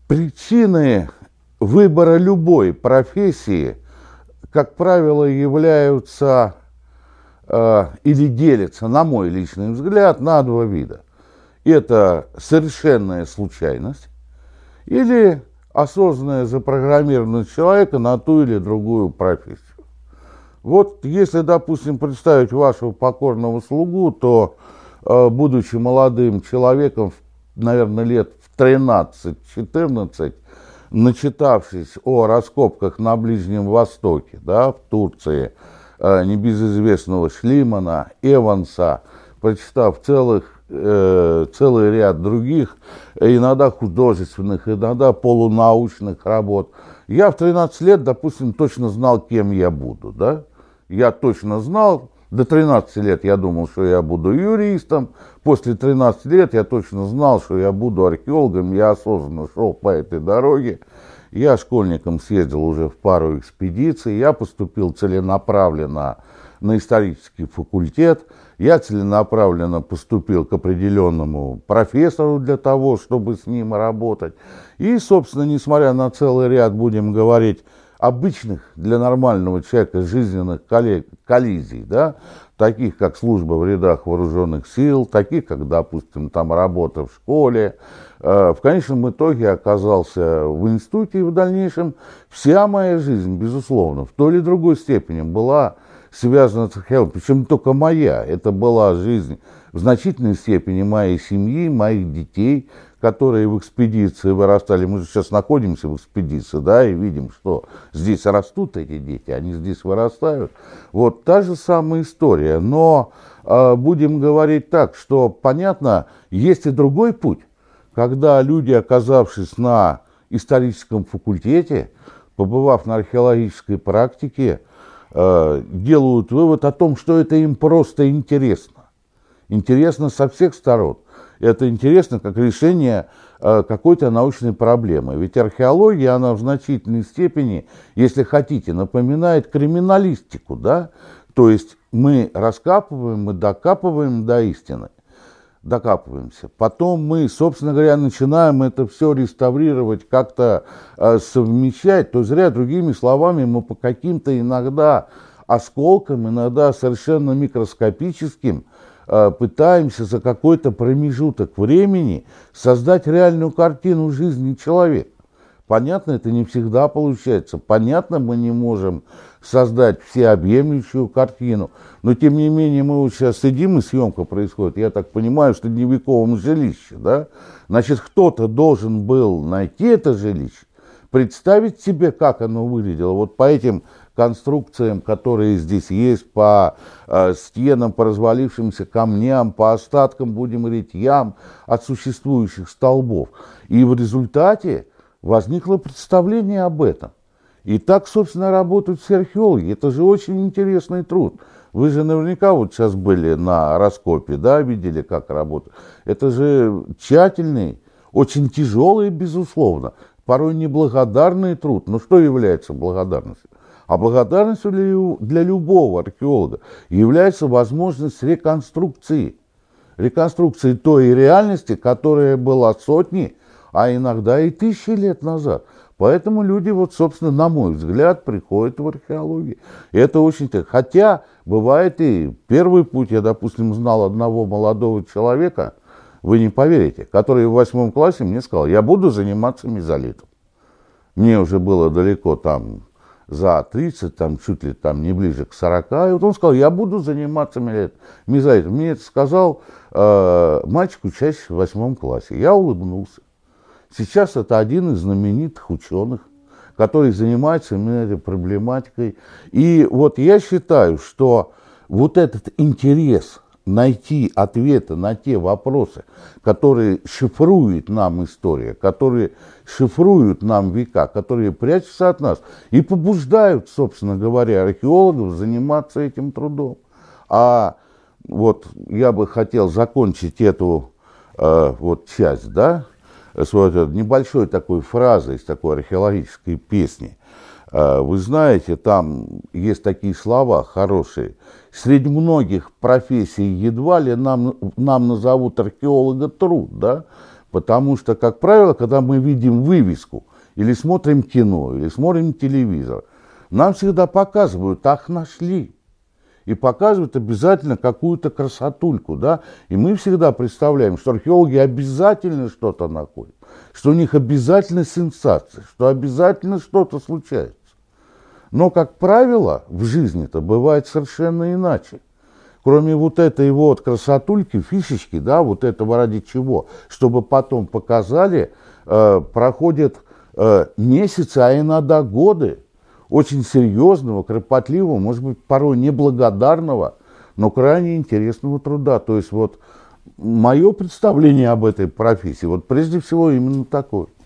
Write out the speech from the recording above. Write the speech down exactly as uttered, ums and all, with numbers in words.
Причины выбора любой профессии, как правило, являются э, или делятся, на мой личный взгляд, на два вида. Это совершенная случайность или осознанная запрограммированность человека на ту или другую профессию. Вот если, допустим, представить вашего покорного слугу, то, э, будучи молодым человеком, наверное, лет в тринадцать-четырнадцать, начитавшись о раскопках на Ближнем Востоке, да, в Турции, э, небезызвестного Шлимана, Эванса, прочитав целых, э, целый ряд других, иногда художественных, иногда полунаучных работ, я в тринадцать лет, допустим, точно знал, кем я буду, да? Я точно знал, до тринадцати лет я думал, что я буду юристом, после тринадцати лет я точно знал, что я буду археологом, я осознанно шел по этой дороге. Я школьником съездил уже в пару экспедиций, я поступил целенаправленно на исторический факультет, я целенаправленно поступил к определенному профессору для того, чтобы с ним работать. И, собственно, несмотря на целый ряд, будем говорить, обычных для нормального человека жизненных коллизий, да, таких как служба в рядах вооруженных сил, таких как, допустим, там работа в школе, э, в конечном итоге оказался в институте, и в дальнейшем вся моя жизнь, безусловно, в той или другой степени была связана с археологией, причем не только моя, это была жизнь в значительной степени моей семьи, моих детей, которые в экспедиции вырастали. Мы же сейчас находимся в экспедиции, да, и видим, что здесь растут эти дети, они здесь вырастают. Вот та же самая история. Но э, будем говорить так, что, понятно, есть и другой путь, когда люди, оказавшись на историческом факультете, побывав на археологической практике, э, делают вывод о том, что это им просто интересно. Интересно со всех сторон. Это интересно как решение э, какой-то научной проблемы. Ведь археология, она в значительной степени, если хотите, напоминает криминалистику, да? То есть мы раскапываем, мы докапываем до истины, докапываемся. Потом мы, собственно говоря, начинаем это все реставрировать, как-то э, совмещать. То есть, зря, другими словами, мы по каким-то иногда осколкам, иногда совершенно микроскопическим, пытаемся за какой-то промежуток времени создать реальную картину жизни человека. Понятно, это не всегда получается. Понятно, мы не можем создать всеобъемлющую картину. Но, тем не менее, мы вот сейчас сидим, и съемка происходит, я так понимаю, что в средневековом жилище, да? Значит, кто-то должен был найти это жилище, представить себе, как оно выглядело. Вот по этим конструкциям, которые здесь есть, по э, стенам, по развалившимся камням, по остаткам, будем говорить, ям от существующих столбов. И в результате возникло представление об этом. И так, собственно, работают все археологи. Это же очень интересный труд. Вы же наверняка вот сейчас были на раскопе, да, видели, как работают. Это же тщательный, очень тяжелый, безусловно, порой неблагодарный труд. Но что является благодарностью? А благодарностью для, для любого археолога является возможность реконструкции. Реконструкции той реальности, которая была сотни, а иногда и тысячи лет назад. Поэтому люди, вот, собственно, на мой взгляд, приходят в археологию. И это очень... Хотя бывает и первый путь. Я, допустим, знал одного молодого человека, вы не поверите, который в восьмом классе мне сказал: я буду заниматься мезолитом. Мне уже было далеко там за тридцать, там чуть ли там не ближе к сорока. И вот он сказал: я буду заниматься мезолитом. Мне это сказал э, мальчик, учащийся в восьмом классе. Я улыбнулся. Сейчас это один из знаменитых ученых, который занимается именно этой проблематикой. И вот я считаю, что вот этот интерес найти ответы на те вопросы, которые шифрует нам история, которые шифруют нам века, которые прячутся от нас и побуждают, собственно говоря, археологов заниматься этим трудом. А вот я бы хотел закончить эту э, вот часть, да, с вот небольшой такой фразой из такой археологической песни. Вы знаете, там есть такие слова хорошие. Среди многих профессий едва ли нам, нам назовут археолога труд, да? Потому что, как правило, когда мы видим вывеску, или смотрим кино, или смотрим телевизор, нам всегда показывают, ах, нашли. И показывают обязательно какую-то красотульку, да. И мы всегда представляем, что археологи обязательно что-то находят, что у них обязательно сенсация, что обязательно что-то случается. Но, как правило, в жизни-то бывает совершенно иначе. Кроме вот этой вот красотульки, фишечки, да, вот этого ради чего, чтобы потом показали, э, проходят э, месяцы, а иногда годы очень серьезного, кропотливого, может быть, порой неблагодарного, но крайне интересного труда. То есть вот мое представление об этой профессии, вот прежде всего именно такое.